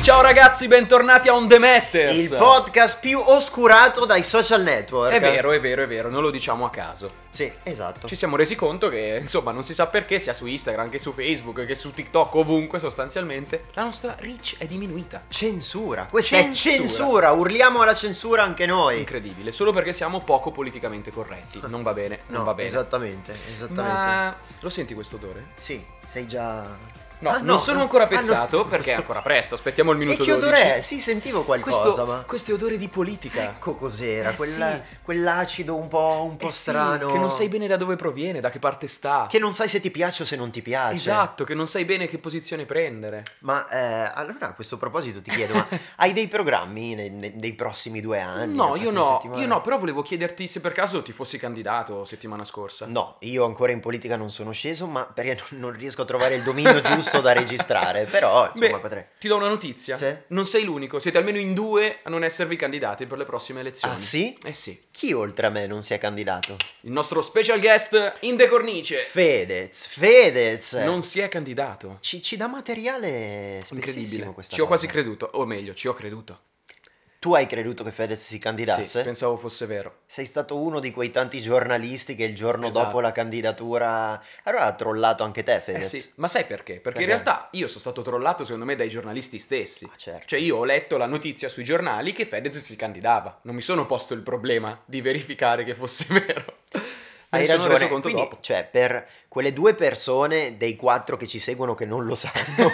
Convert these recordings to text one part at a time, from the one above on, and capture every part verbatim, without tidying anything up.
Ciao ragazzi, bentornati a On The Matters, il podcast più oscurato dai social network. È vero, è vero, è vero, non lo diciamo a caso. Sì, esatto. Ci siamo resi conto che, insomma, non si sa perché, sia su Instagram che su Facebook che su TikTok, ovunque sostanzialmente, la nostra reach è diminuita. Censura, questa Censura. è censura, urliamo alla censura anche noi. Incredibile, solo perché siamo poco politicamente corretti. Non va bene, non No, va bene. esattamente, esattamente. Ma lo senti questo odore? Sì, sei già... No, Ah, non sono ancora ah, pezzato no. perché è ancora presto, aspettiamo il E minuto che odore dodici. è? Sì, sentivo qualcosa, Questo, ma... questo è odore di politica. Ecco cos'era, Eh, quella- sì. quell'acido un po', un po' Eh sì, strano. che non sai bene da dove proviene, da che parte sta. Che non sai se ti piace o se non ti piace. Esatto, che non sai bene che posizione prendere. Ma eh, allora a questo proposito ti chiedo, ma hai dei programmi nei, nei- nei prossimi due anni? No, nelle io prossime no, settimane? io no, però volevo chiederti se per caso ti fossi candidato settimana scorsa. No, io ancora in politica non sono sceso, ma perché non non riesco a trovare il dominio giusto da registrare, però insomma Beh, potrei... ti do una notizia. Sì? Non sei l'unico, siete almeno in due a non esservi candidati per le prossime elezioni. Ah sì? Eh sì. Chi oltre a me non si è candidato? Il nostro special guest in de cornice Fedez, Fedez! non si è candidato. Ci, ci dà materiale spessissimo Incredibile. questa Ci ho quasi cosa. creduto, o meglio, ci ho creduto. Tu hai creduto che Fedez si candidasse? Sì, pensavo fosse vero. Sei stato uno di quei tanti giornalisti che il giorno Esatto. dopo la candidatura... Allora ha trollato anche te, Eh Fedez? sì, ma sai perché? Perché in Perché? realtà io sono stato trollato secondo me dai giornalisti stessi. Ah, certo. Cioè io ho letto la notizia sui giornali che Fedez si candidava. Non mi sono posto il problema di verificare che fosse vero. Me Hai ne sono ragione, reso conto quindi, dopo. cioè, per quelle due persone dei quattro che ci seguono che non lo sanno,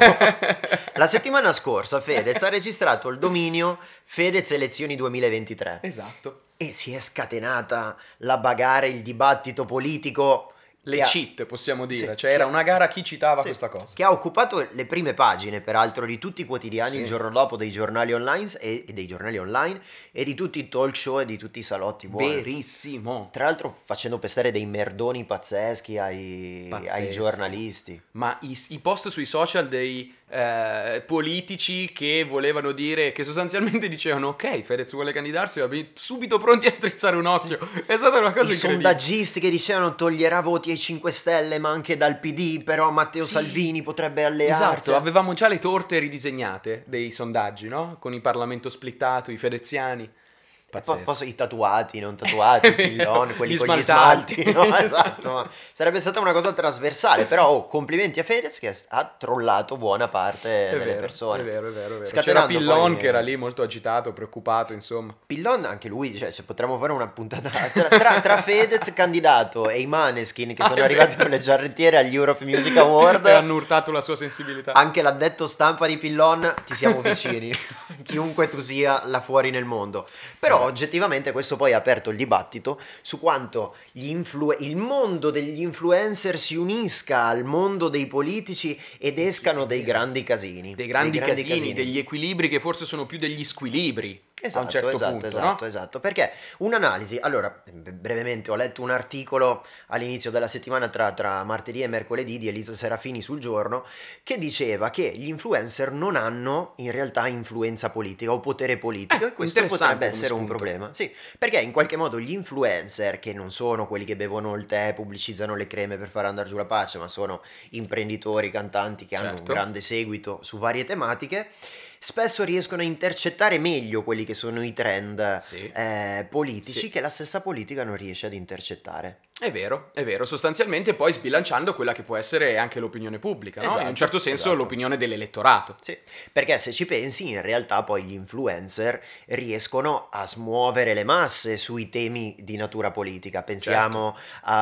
la settimana scorsa Fedez ha registrato il dominio Fedez Elezioni duemilaventitré Esatto. e si è scatenata la bagarre, il dibattito politico, Le che ha- cheat, possiamo dire. Sì, cioè era che- una gara a chi citava sì, questa cosa. che ha occupato le prime pagine, peraltro, di tutti i quotidiani Sì. il giorno dopo, dei giornali online e, e dei giornali online e di tutti i talk show e di tutti i salotti buoni. Verissimo. Tra l'altro facendo pestare dei merdoni pazzeschi ai, Pazzeschi. ai giornalisti. Ma i, i post sui social dei eh, politici che volevano dire, che sostanzialmente dicevano ok, Fedez vuole candidarsi, va bene", subito pronti a strizzare un occhio. È stata una cosa I incredibile. sondaggisti che dicevano toglierà voti ai cinque Stelle ma anche dal P D, però Matteo Sì. Salvini potrebbe allearsi. Esatto, avevamo già le torte ridisegnate dei sondaggi, no? Con il Parlamento splittato, i fedeziani. Po- Pazzesco. posso- I tatuati, non tatuati, i pillon, quelli Gli con gli smaltati. smalti, no? Esatto, ma sarebbe stata una cosa trasversale, però oh, complimenti a Fedez che ha trollato buona parte È delle vero, persone. è vero, è vero, è vero. C'era Scatenando Pillon poi- che era lì molto agitato, preoccupato, insomma. Pillon, anche lui, cioè, cioè, potremmo fare una puntata tra, tra, tra Fedez candidato e i Maneskin che Ah, sono è arrivati vero. con le giarrettiere agli Europe Music Award. E hanno urtato la sua sensibilità. Anche l'addetto stampa di Pillon, ti siamo vicini, chiunque tu sia là fuori nel mondo. Però Esatto. oggettivamente questo poi ha aperto il dibattito su quanto gli influ- il mondo degli influencer si unisca al mondo dei politici ed escano dei grandi casini. Dei grandi, casini, degli equilibri che forse sono più degli squilibri. Esatto, a un certo esatto, punto, esatto, no? esatto, perché un'analisi, allora bre- brevemente ho letto un articolo all'inizio della settimana tra, tra martedì e mercoledì di Elisa Serafini sul Giorno che diceva che gli influencer non hanno in realtà influenza politica o potere politico Eh, e questo interessante potrebbe come essere un spunto. problema, sì, perché in qualche modo gli influencer che non sono quelli che bevono il tè, pubblicizzano le creme per far andare giù la pace, ma sono imprenditori, cantanti che hanno un Certo. grande seguito su varie tematiche, spesso riescono a intercettare meglio quelli che sono i trend Sì. eh, politici Sì. che la stessa politica non riesce ad intercettare. È vero, è vero, sostanzialmente poi sbilanciando quella che può essere anche l'opinione pubblica, no? In Esatto, un certo senso esatto. l'opinione dell'elettorato. Sì, perché se ci pensi, in realtà poi gli influencer riescono a smuovere le masse sui temi di natura politica. Pensiamo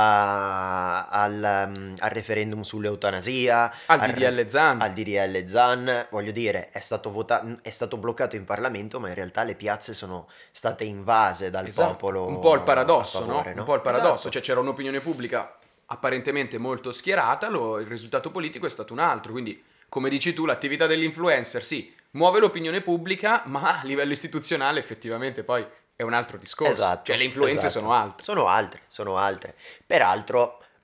a- al, um, al referendum sull'eutanasia, Al al D D L Zan. al D D L Zan, voglio dire, è stato, vota- è stato bloccato in Parlamento, ma in realtà le piazze sono state invase dal Esatto. popolo. Un po' il a paradosso, favore, no? Un po' il paradosso, Esatto. cioè c'era un'opinione pubblica apparentemente molto schierata, lo- il risultato politico è stato un altro, quindi come dici tu l'attività dell'influencer sì, muove l'opinione pubblica, ma a livello istituzionale effettivamente poi è un altro discorso, Esatto, cioè le influenze esatto. sono altre. Sono altre, sono altre. Peraltro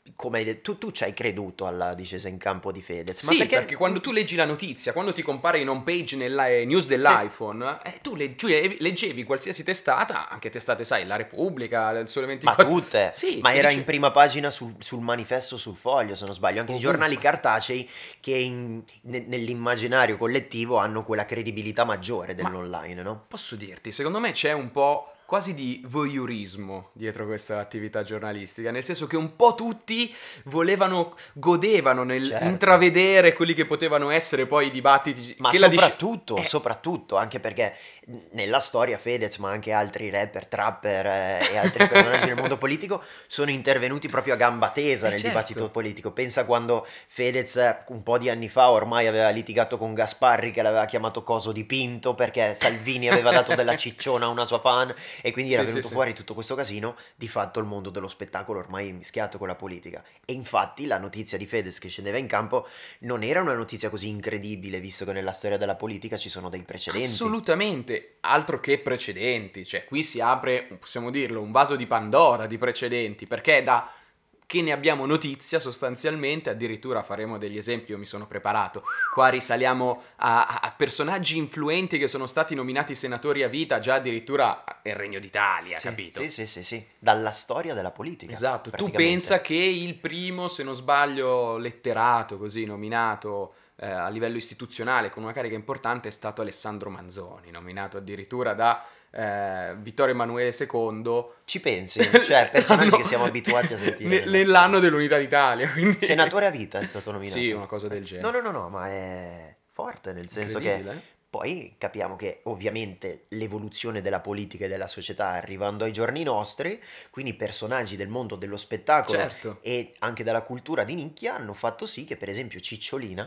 come hai detto, tu, tu ci hai creduto alla discesa in campo di Fedez, ma Sì, perché... perché quando tu leggi la notizia, quando ti compare in home page nella eh, news Sì. dell'iPhone, eh, tu leggi- leggevi qualsiasi testata, anche testate, sai, La Repubblica, il Sole Ma ventiquattro. tutte, Sì, ma ti era dice- in prima pagina sul, sul manifesto, sul foglio, se non sbaglio, anche i giornali ovunque. cartacei che in- ne- nell'immaginario collettivo hanno quella credibilità maggiore Ma dell'online, no? posso dirti, secondo me c'è un po' quasi di voyeurismo dietro questa attività giornalistica, nel senso che un po' tutti volevano, godevano nel Certo. intravedere quelli che potevano essere poi i dibattiti. Ma che la dice- soprattutto, Eh, soprattutto, anche perché nella storia Fedez, ma anche altri rapper, trapper eh, e altri personaggi del mondo politico sono intervenuti proprio a gamba tesa eh, nel certo. dibattito politico. Pensa quando Fedez eh, un po' di anni fa ormai aveva litigato con Gasparri che l'aveva chiamato coso dipinto perché Salvini aveva dato della cicciona a una sua fan e quindi era Sì, venuto sì, sì. fuori tutto questo casino. Di fatto il mondo dello spettacolo ormai è mischiato con la politica. E infatti la notizia di Fedez che scendeva in campo non era una notizia così incredibile, visto che nella storia della politica ci sono dei precedenti. Assolutamente, altro che precedenti, cioè qui si apre, possiamo dirlo, un vaso di Pandora di precedenti, perché da che ne abbiamo notizia sostanzialmente, addirittura faremo degli esempi, io mi sono preparato, qua risaliamo a, a personaggi influenti che sono stati nominati senatori a vita già addirittura nel Regno d'Italia, Sì, capito? sì, sì, sì, sì, dalla storia della politica. Esatto, tu praticamente. pensa che il primo, se non sbaglio, letterato così nominato eh, a livello istituzionale con una carica importante è stato Alessandro Manzoni, nominato addirittura da eh, Vittorio Emanuele secondo. Ci pensi? Cioè, personaggi L'anno- che siamo abituati a sentire. ne- nella nell'anno storia. dell'unità d'Italia, quindi... Senatore a vita è stato nominato. Sì, una cosa del No, genere. no, no, no, ma è forte, nel senso che Incredibile, eh? poi capiamo che ovviamente l'evoluzione della politica e della società arrivando ai giorni nostri, quindi personaggi del mondo dello spettacolo Certo. e anche della cultura di nicchia hanno fatto sì che per esempio Cicciolina,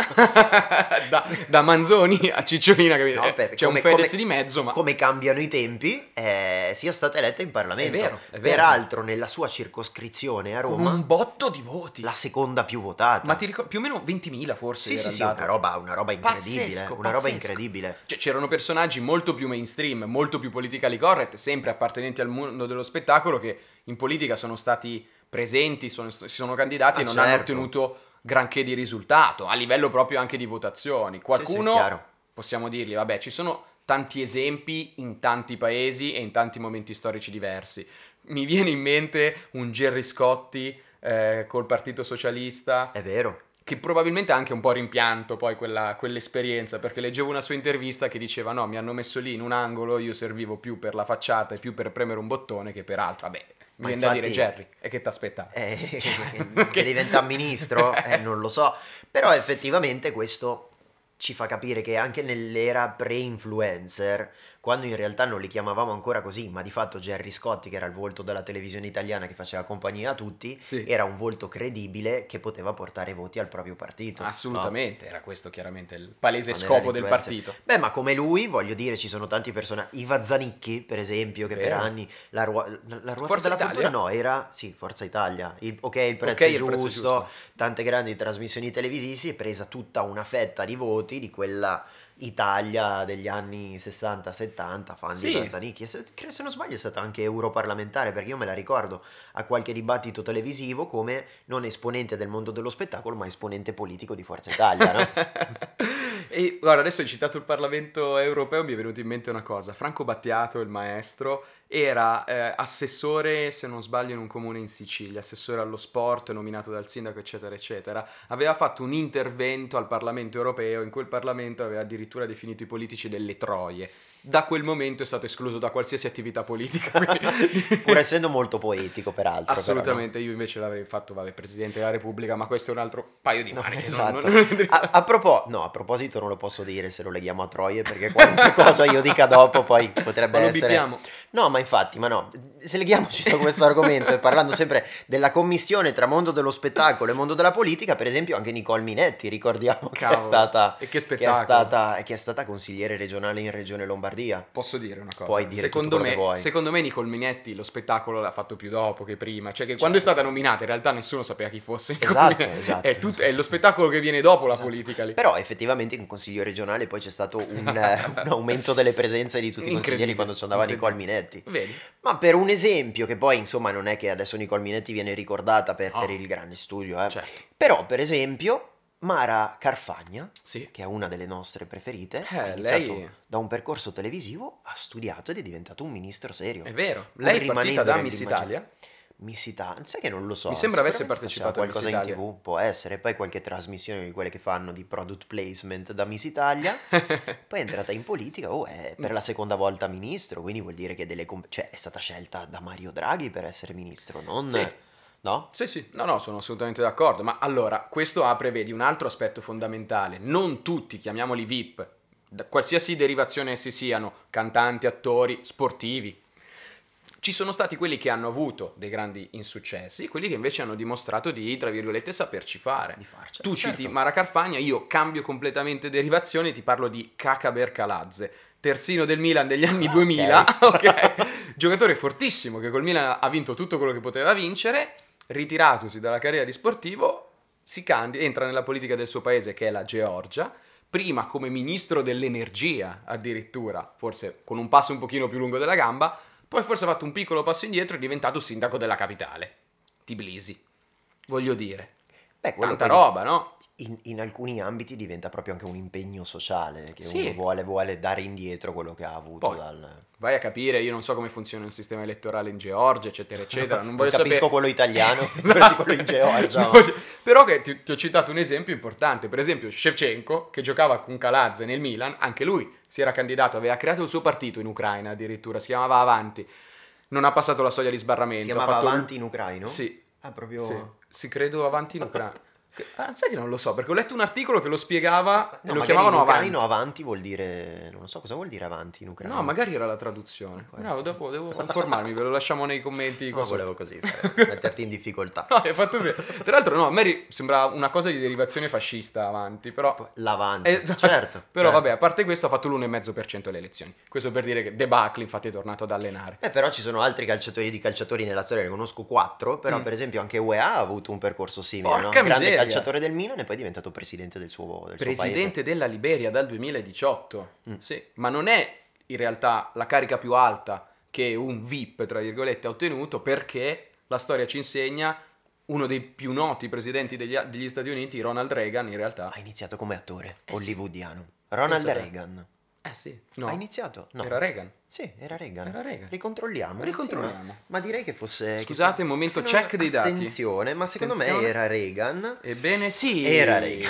da, da Manzoni a Cicciolina, capito? no, Eh, per- c'è come, un Fedez come- di mezzo, ma come cambiano i tempi, eh, sia stata eletta in Parlamento. È vero, è vero. Peraltro nella sua circoscrizione a con Roma, un botto di voti. la seconda più votata. Ma ti ricordi più o meno ventimila forse Sì, era sì, il sì, dato. una roba, una roba incredibile, Pazzesco, una roba pazzesco. incredibile. Cioè, c'erano personaggi molto più mainstream, molto più politically correct, sempre appartenenti al mondo dello spettacolo, che in politica sono stati presenti, sono- si sono candidati Ah, e non hanno certo. ottenuto granché di risultato, a livello proprio anche di votazioni. Qualcuno, chiaro. possiamo dirgli, vabbè, ci sono tanti esempi in tanti paesi e in tanti momenti storici diversi. Mi viene in mente un Gerry Scotti eh, col Partito Socialista, È vero. che probabilmente ha anche un po' rimpianto poi quella, quell'esperienza, perché leggevo una sua intervista che diceva no, mi hanno messo lì in un angolo, io servivo più per la facciata e più per premere un bottone che per altro. Vabbè, mi Ma viene da infatti- dire Jerry, e che ti aspettavi? Eh, Cioè, che diventa ministro, eh, non lo so, però effettivamente questo ci fa capire che anche nell'era pre-influencer, quando in realtà non li chiamavamo ancora così, ma di fatto Gerry Scotti, che era il volto della televisione italiana che faceva compagnia a tutti, Sì. era un volto credibile che poteva portare voti al proprio partito. no? Assolutamente, era questo chiaramente il palese Non era scopo del l'influencer. partito. Beh, ma come lui, voglio dire, ci sono tanti personaggi. Iva Zanicchi, per esempio, che per Vero. anni la, ruo- la ruota Forza della Italia? fortuna no, era sì, Forza Italia. Il- ok, il prezzo Ok, è il prezzo è giusto, giusto. tante grandi trasmissioni televisive, si è presa tutta una fetta di voti di quella Italia degli anni sessanta settanta, fan Sì. di Iva Zanicchi. E se, credo, se non sbaglio è stata anche europarlamentare, perché io me la ricordo a qualche dibattito televisivo come non esponente del mondo dello spettacolo, ma esponente politico di Forza Italia, no? E guarda, adesso hai citato il Parlamento europeo, mi è venuto in mente una cosa. Franco Battiato, il maestro, era eh, assessore, se non sbaglio, in un comune in Sicilia, assessore allo sport, nominato dal sindaco, eccetera, eccetera. Aveva fatto un intervento al Parlamento europeo, in quel Parlamento aveva addirittura definito i politici delle troie. Da quel momento è stato escluso da qualsiasi attività politica. quindi- Pur essendo molto poetico, peraltro. però, no? Assolutamente, io invece l'avrei fatto, vabbè, Presidente della Repubblica, ma questo è un altro paio di No, maniche. non- esatto. non- non- A, a propo- no, a proposito non lo posso dire se lo leghiamo a Troie perché qualunque cosa io dica dopo poi potrebbe Ma lo essere... bippiamo. No, ma infatti, ma no, se leghiamoci su questo argomento e parlando sempre della commistione tra mondo dello spettacolo e mondo della politica, per esempio anche Nicole Minetti, ricordiamo che è Cavolo, stata... e che Che è, spettacolo. stata, che è stata consigliere regionale in Regione Lombardia. Posso dire una cosa? Puoi dire secondo, tutto quello me, che vuoi. secondo me Nicole Minetti lo spettacolo l'ha fatto più dopo che prima. Cioè che quando è stata nominata in realtà nessuno sapeva chi fosse Nicole Esatto, Minetti. esatto, È, tut- esatto. è lo spettacolo che viene dopo la Esatto. politica lì. Però effettivamente in consiglio regionale poi c'è stato un, eh, un aumento delle presenze di tutti i consiglieri Incredibile, quando ci andava Nicole incredibile. Minetti. Vedi? Ma per un esempio, che poi insomma non è che adesso Nicole Minetti viene ricordata per, No. per il grande studio, eh. Certo. Però per esempio Mara Carfagna, Sì. che è una delle nostre preferite, Eh, ha iniziato lei- da un percorso televisivo, ha studiato ed è diventato un ministro serio. È vero. Pur Lei è partita rimanendo da nell'immagine- Miss Italia? Miss Italia, sai che non lo so. Mi sembra avesse sicuramente faceva partecipato a Miss qualcosa in Italia. tivù, può essere, poi qualche trasmissione di quelle che fanno di product placement da Miss Italia, poi è entrata in politica, oh, è per la seconda volta ministro, quindi vuol dire che delle com- cioè, è stata scelta da Mario Draghi per essere ministro, non... Sì. No? Sì, sì, no, no, sono assolutamente d'accordo, ma allora, questo apre, vedi, un altro aspetto fondamentale. Non tutti, chiamiamoli V I P, da qualsiasi derivazione essi siano, cantanti, attori, sportivi. Ci sono stati quelli che hanno avuto dei grandi insuccessi, quelli che invece hanno dimostrato di, tra virgolette, saperci fare. Di farcela, Tu certo. citi Mara Carfagna, io cambio completamente derivazione, ti parlo di Kaka Berkaladze, terzino del Milan degli anni duemila, ok? Giocatore fortissimo che col Milan ha vinto tutto quello che poteva vincere, ritiratosi dalla carriera di sportivo, si candida, entra nella politica del suo paese che è la Georgia, prima come ministro dell'energia addirittura, forse con un passo un pochino più lungo della gamba, poi forse ha fatto un piccolo passo indietro e è diventato sindaco della capitale, Tbilisi. Voglio dire, Beh, quello tanta poi roba, no? In, in alcuni ambiti diventa proprio anche un impegno sociale, che Sì. uno vuole, vuole dare indietro quello che ha avuto Poi, dal... vai a capire, io non so come funziona il sistema elettorale in Georgia, eccetera, eccetera. Non voglio capisco sapere... quello italiano, Esatto. quello in Georgia. Non voglio- Però che ti, ti ho citato un esempio importante. Per esempio, Shevchenko, che giocava con Kaladze nel Milan, anche lui si era candidato, aveva creato il suo partito in Ucraina addirittura, si chiamava Avanti. Non ha passato la soglia di sbarramento. Si ha chiamava fatto un- Avanti in ucraino? Sì. Ah, proprio... Sì, si credo Avanti in Ucraina. Che- ah, sai che non lo so, perché ho letto un articolo che lo spiegava e No, lo magari chiamavano in Avanti. ucraino avanti vuol dire... Non lo so cosa vuol dire avanti in ucraino. No, magari era la traduzione. Può Bravo, essere. dopo devo informarmi, ve lo lasciamo nei commenti. No, qua sotto. volevo così fare, metterti in difficoltà. No, hai fatto bene. Tra l'altro, no, a me ri- sembra una cosa di derivazione fascista Avanti, però... L'avanti, Esatto. certo. Però certo. vabbè, a parte questo ha fatto l'uno virgola cinque per cento alle elezioni. Questo per dire che Debacle infatti è tornato ad allenare. Eh, però ci sono altri calciatori di calciatori nella storia, ne conosco quattro, però Mm. per esempio anche U E A ha avuto un percorso simile, no? Porca Grande miseria. calciatore del Milan e poi è diventato presidente del suo, del suo paese. Presidente della Liberia dal duemiladiciotto. Mm. Sì, ma non è in realtà la carica più alta che un V I P, tra virgolette, ha ottenuto, perché la storia ci insegna uno dei più noti presidenti degli, degli Stati Uniti, Ronald Reagan, in realtà. Ha iniziato come attore Eh sì. hollywoodiano. Ronald Pensa te. Reagan. Eh sì, no. Ha iniziato? No. Era Reagan. Sì, era Reagan. Era Reagan. Ricontrolliamo. Ricontrolliamo. Sì, ma, ma direi che fosse... Scusate, che- momento se no- check dei dati. Attenzione, ma secondo me Attenzione. era Reagan. Ebbene sì. Era Reagan.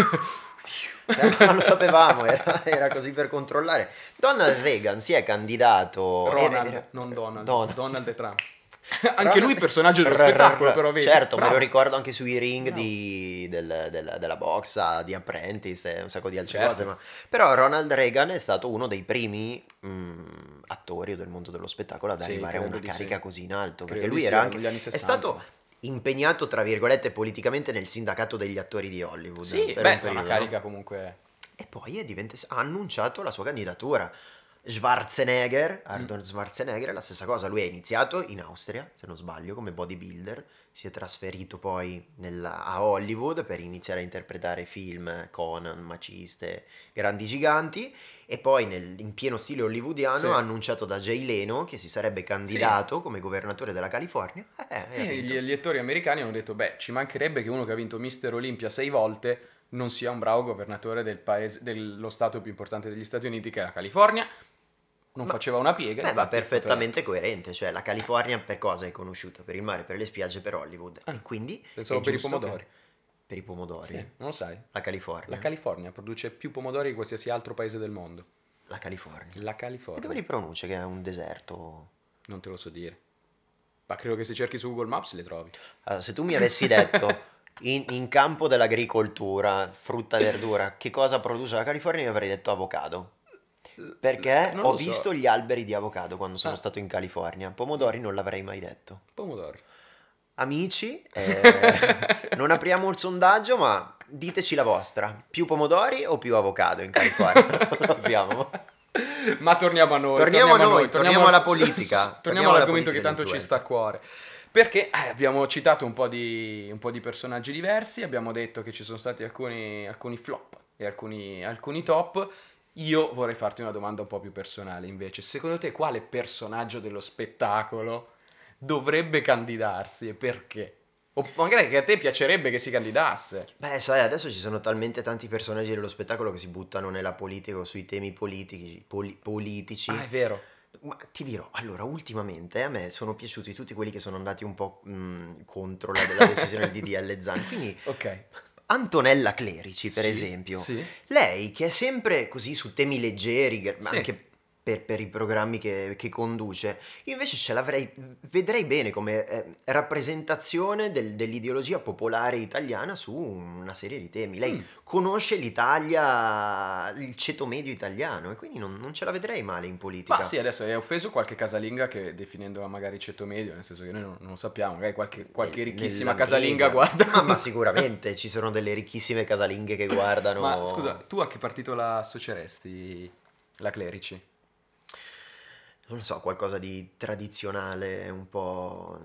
Eh, non lo sapevamo, era, era così per controllare. Donald Reagan si è candidato... Ronald, era- era- non Donald. Donald. Donald e Trump. Anche lui personaggio dello R- r- spettacolo, r- però vedi. Certo, me Bravo. lo ricordo anche sui ring Bravo. di- del- del- della boxa, di Apprentice e un sacco di altre Certo. cose. Ma... Però Ronald Reagan è stato uno dei primi mm, attori del mondo dello spettacolo ad Sì, arrivare a credo una di carica sì. così in alto. Credo Perché di lui sì, era erano anche... gli anni è sessanta. stato impegnato, tra virgolette, politicamente nel sindacato degli attori di Hollywood. Sì, per beh, un è una periodo, no? carica comunque... E poi è divent- ha annunciato la sua candidatura. Schwarzenegger, Mm. Arnold Schwarzenegger, è la stessa cosa. Lui è iniziato in Austria, se non sbaglio, come bodybuilder. Si è trasferito poi nella- a Hollywood per iniziare a interpretare film, Conan, Maciste, grandi giganti. E poi nel- in pieno stile hollywoodiano Sì. ha annunciato da Jay Leno che si sarebbe candidato come governatore della California. Eh, eh, e ha E vinto. gli elettori americani hanno detto, beh, ci mancherebbe che uno che ha vinto mister Olympia sei volte non sia un bravo governatore del paese, dello stato più importante degli Stati Uniti, che è la California. Non Ma- faceva una piega. Beh, infatti va è stato- perfettamente coerente, cioè la California per cosa è conosciuta? Per il mare, per le spiagge, per Hollywood. Ah, e quindi pensavo è per i giusto pomodori. che- Per i pomodori. Sì, non lo sai. La California. La California produce più pomodori di qualsiasi altro paese del mondo. La California. La E California. dove li pronuncia che è un deserto? Non te lo so dire. Ma credo che se cerchi su Google Maps le trovi. Allora, se tu mi avessi detto in, in campo dell'agricoltura, frutta e verdura, che cosa produce la California, mi avrei detto avocado. Perché Non ho lo so. visto gli alberi di avocado quando sono Ah. stato in California. Pomodori non l'avrei mai detto. Pomodori. Amici, eh, non apriamo il sondaggio, ma diteci la vostra. Più pomodori o più avocado in California? Non lo sappiamo. Ma torniamo a noi. Torniamo a noi, torniamo al- alla politica. Torniamo Torniamo alla all'argomento che politica tanto ci dell'influenza. sta a cuore. Perché eh, abbiamo citato un po' di, un po' di personaggi diversi, abbiamo detto che ci sono stati alcuni, alcuni flop e alcuni, alcuni top. Io vorrei farti una domanda un po' più personale invece. Secondo te quale personaggio dello spettacolo dovrebbe candidarsi e perché? O magari che a te piacerebbe che si candidasse. Beh, sai, adesso ci sono talmente tanti personaggi dello spettacolo che si buttano nella politica o sui temi politici, poli- politici. Ah, è vero. Ma ti dirò, allora, ultimamente a me sono piaciuti tutti quelli che sono andati un po' mh, contro la, la decisione del D D L Zan. Quindi Ok. Antonella Clerici, per Sì, esempio, sì. lei che è sempre così su temi leggeri, che- ma Sì. anche per, per i programmi che, che conduce, io invece ce l'avrei, vedrei bene come eh, rappresentazione del- dell'ideologia popolare italiana su una serie di temi. Lei Mm. conosce l'Italia, il ceto medio italiano, e quindi non, non ce la vedrei male in politica. Ma sì, adesso hai offeso qualche casalinga che definendola magari ceto medio, nel senso che noi non, non lo sappiamo, magari qualche, qualche Nel- ricchissima nella casalinga media. guarda. Ma, ma sicuramente ci sono delle ricchissime casalinghe che guardano. Ma scusa, tu a che partito la associeresti, la Clerici? Non so, qualcosa di tradizionale, un po'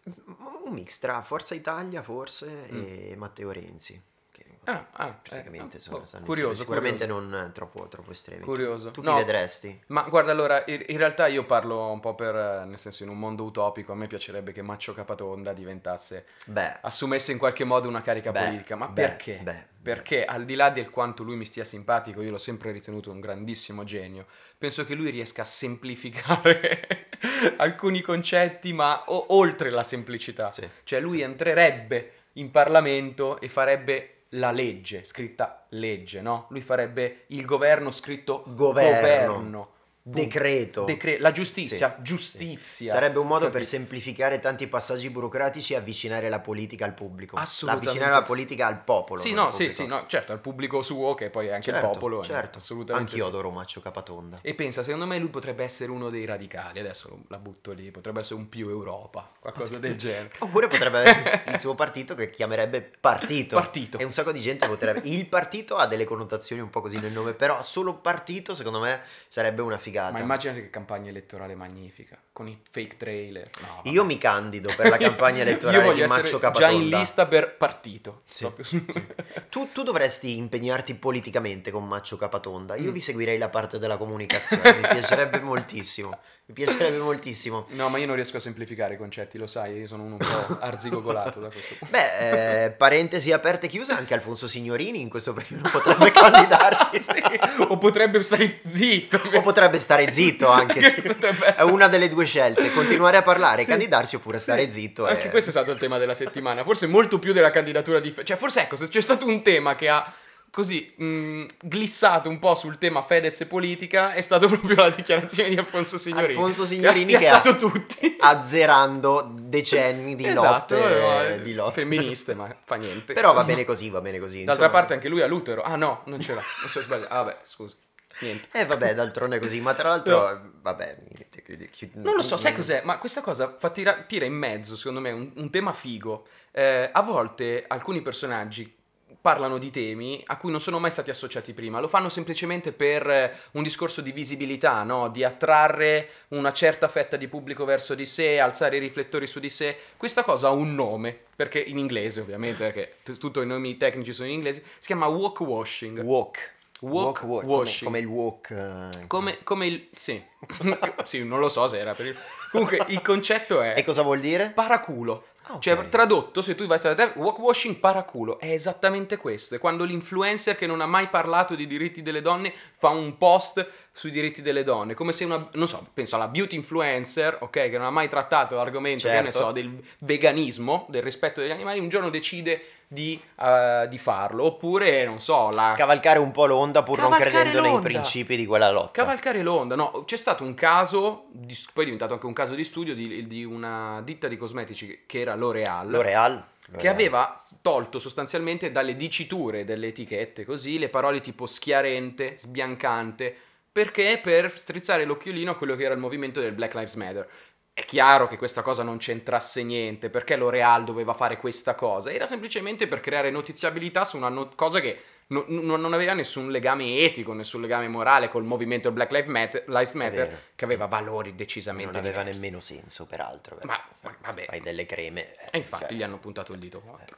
un mix tra Forza Italia forse e Matteo Renzi, che Ah, ah, praticamente eh, sono, oh, sono curioso, sicuramente curioso. non troppo, troppo estremi. Tu- Curioso. Tu, chi No, vedresti? ma guarda, allora, in, in realtà io parlo un po' per, eh, nel senso, in un mondo utopico, a me piacerebbe che Maccio Capatonda diventasse, Beh, assumesse in qualche modo una carica Beh, politica. Ma beh, perché? beh, Perché al di là del quanto lui mi stia simpatico, io l'ho sempre ritenuto un grandissimo genio, penso che lui riesca a semplificare alcuni concetti, ma o- oltre la semplicità. sì. Cioè lui entrerebbe in Parlamento e farebbe la legge, scritta legge, no? Lui farebbe il governo scritto Governo. governo. Decreto. Decre- la giustizia, Sì, giustizia. Sarebbe un modo per capito? semplificare tanti passaggi burocratici e avvicinare la politica al pubblico. Assolutamente Avvicinare la sì. politica al popolo. Sì, non al no, sì, pubblico. sì, no, certo, al pubblico suo, che poi è anche Certo, il popolo, eh, certo. assolutamente Anch'io sì. adoro Maccio Capatonda. E pensa, secondo me lui potrebbe essere uno dei radicali, adesso la butto lì, potrebbe essere un più Europa, qualcosa del genere. Oppure potrebbe avere il suo partito che chiamerebbe partito. Partito. E un sacco di gente voterebbe. Il partito ha delle connotazioni un po' così nel nome, però solo partito secondo me sarebbe una figata. Ma immagina che campagna elettorale magnifica, con i fake trailer. No, vabbè. Io mi candido per la campagna elettorale Io voglio di essere Maccio già Capatonda. in lista per partito. Sì, proprio. sì. Tu, tu dovresti impegnarti politicamente con Maccio Capatonda. Io Mm. vi seguirei la parte della comunicazione, mi piacerebbe moltissimo. Mi piacerebbe moltissimo. No, ma io non riesco a semplificare i concetti, lo sai, io sono uno un po' arzigogolato da questo punto. Beh, eh, parentesi aperte e chiuse, anche Alfonso Signorini in questo periodo potrebbe candidarsi. Sì, o potrebbe stare zitto. O potrebbe stare zitto anche, sì. Potrebbe È essere- una delle due scelte, continuare a parlare, Sì. candidarsi oppure Sì. stare zitto. Anche e- questo è stato il tema della settimana, forse molto più della candidatura di... Fe- Cioè, forse ecco, se c'è stato un tema che ha così mh, glissato un po' sul tema Fedez e politica, è stato proprio la dichiarazione di Alfonso Signorini. Alfonso Signorini che che ha ha- spiazzato tutti. azzerando decenni di Esatto, lotte, eh, di lotte. femministe, ma fa niente. Però va insomma. bene così, va bene così. D'altra insomma. parte anche lui ha l'utero. Ah no, non ce l'ha, non si è sbagliato. Ah, vabbè, scusa. Niente. Eh vabbè, d'altronde è così, ma tra l'altro, No. eh, vabbè, niente, chiudi- chiudi- Non lo so, sai cos'è? Ma questa cosa fa tira, tira in mezzo, secondo me, un, un tema figo. Eh, a volte alcuni personaggi parlano di temi a cui non sono mai stati associati prima, lo fanno semplicemente per eh, un discorso di visibilità, no? Di attrarre una certa fetta di pubblico verso di sé, alzare i riflettori su di sé. Questa cosa ha un nome, perché in inglese ovviamente, perché t- tutti i nomi tecnici sono in inglese, si chiama walk washing. Walk. Walk walk, washing. Come, come il walk. eh, Come, come il... sì. Sì, non lo so se era per il... Comunque il concetto è... E cosa vuol dire? paraculo. Ah, ok. Cioè, tradotto, se tu vai a vedere, walk washing paraculo, è esattamente questo. È quando l'influencer che non ha mai parlato di diritti delle donne fa un post sui diritti delle donne, come se una, non so, penso alla beauty influencer, ok, che non ha mai trattato l'argomento, che ne Certo. so, del veganismo, del rispetto degli animali, un giorno decide di, eh, di farlo, oppure, non so, la... Cavalcare un po' l'onda pur non Cavalcare credendo nei l'onda. principi di quella lotta. Cavalcare l'onda, no, c'è stato un caso, di- poi è diventato anche un caso di studio di, di una ditta di cosmetici che era L'Oreal, L'Oreal. che aveva tolto sostanzialmente dalle diciture delle etichette così le parole tipo schiarente, sbiancante, perché per strizzare l'occhiolino a quello che era il movimento del Black Lives Matter. È chiaro che questa cosa non c'entrasse niente, perché L'Oreal doveva fare questa cosa, era semplicemente per creare notiziabilità su una no- cosa che no- no- non aveva nessun legame etico, nessun legame morale col movimento Black Lives Matter, Lives Matter, vero. che aveva valori decisamente Non aveva diversi. nemmeno senso, peraltro. Ma- ma vabbè. Fai delle creme. eh, E infatti cioè, gli hanno puntato il dito contro.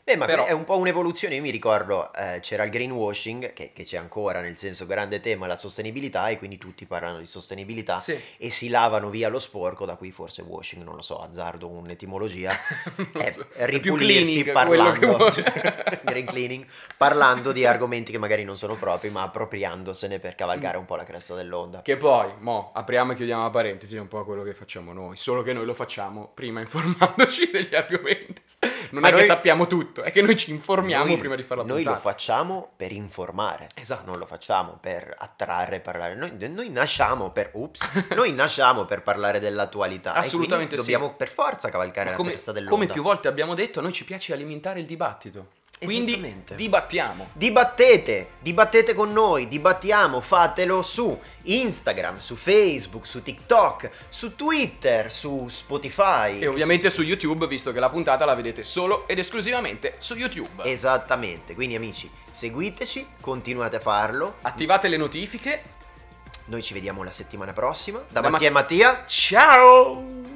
Eh, ma Però- è un po' un'evoluzione, io mi ricordo, eh, c'era il greenwashing, che, che c'è ancora, nel senso grande tema la sostenibilità, e quindi tutti parlano di sostenibilità Sì. e si lavano via lo sporco, da qui forse washing, non lo so, azzardo un'etimologia, Non è so. È più ripulirsi cleaning quello che parlando, vuoi. green cleaning, parlando di argomenti che magari non sono propri, ma appropriandosene per cavalcare un po' la cresta dell'onda. Che poi, mo, apriamo e chiudiamo la parentesi, è un po' quello che facciamo noi, solo che noi lo facciamo prima informandoci degli argomenti. Non Ma è noi- che sappiamo tutto, è che noi ci informiamo Noi- prima di fare la Noi lo puntata. facciamo per informare, Esatto. non lo facciamo per attrarre e parlare. Noi, noi nasciamo per, ups, noi nasciamo per parlare dell'attualità. Assolutamente e sì. quindi dobbiamo per forza cavalcare Ma la come, testa dell'onda. come più volte abbiamo detto, a noi ci piace alimentare il dibattito. Quindi Esattamente. dibattiamo. Dibattete, dibattete con noi, dibattiamo, fatelo su Instagram, su Facebook, su TikTok, su Twitter, su Spotify. E ovviamente su YouTube, visto che la puntata la vedete solo ed esclusivamente su YouTube. Esattamente, quindi amici, seguiteci, continuate a farlo. Attivate le notifiche. Noi ci vediamo la settimana prossima. Da, Da Mattia Matt- e Mattia. Ciao!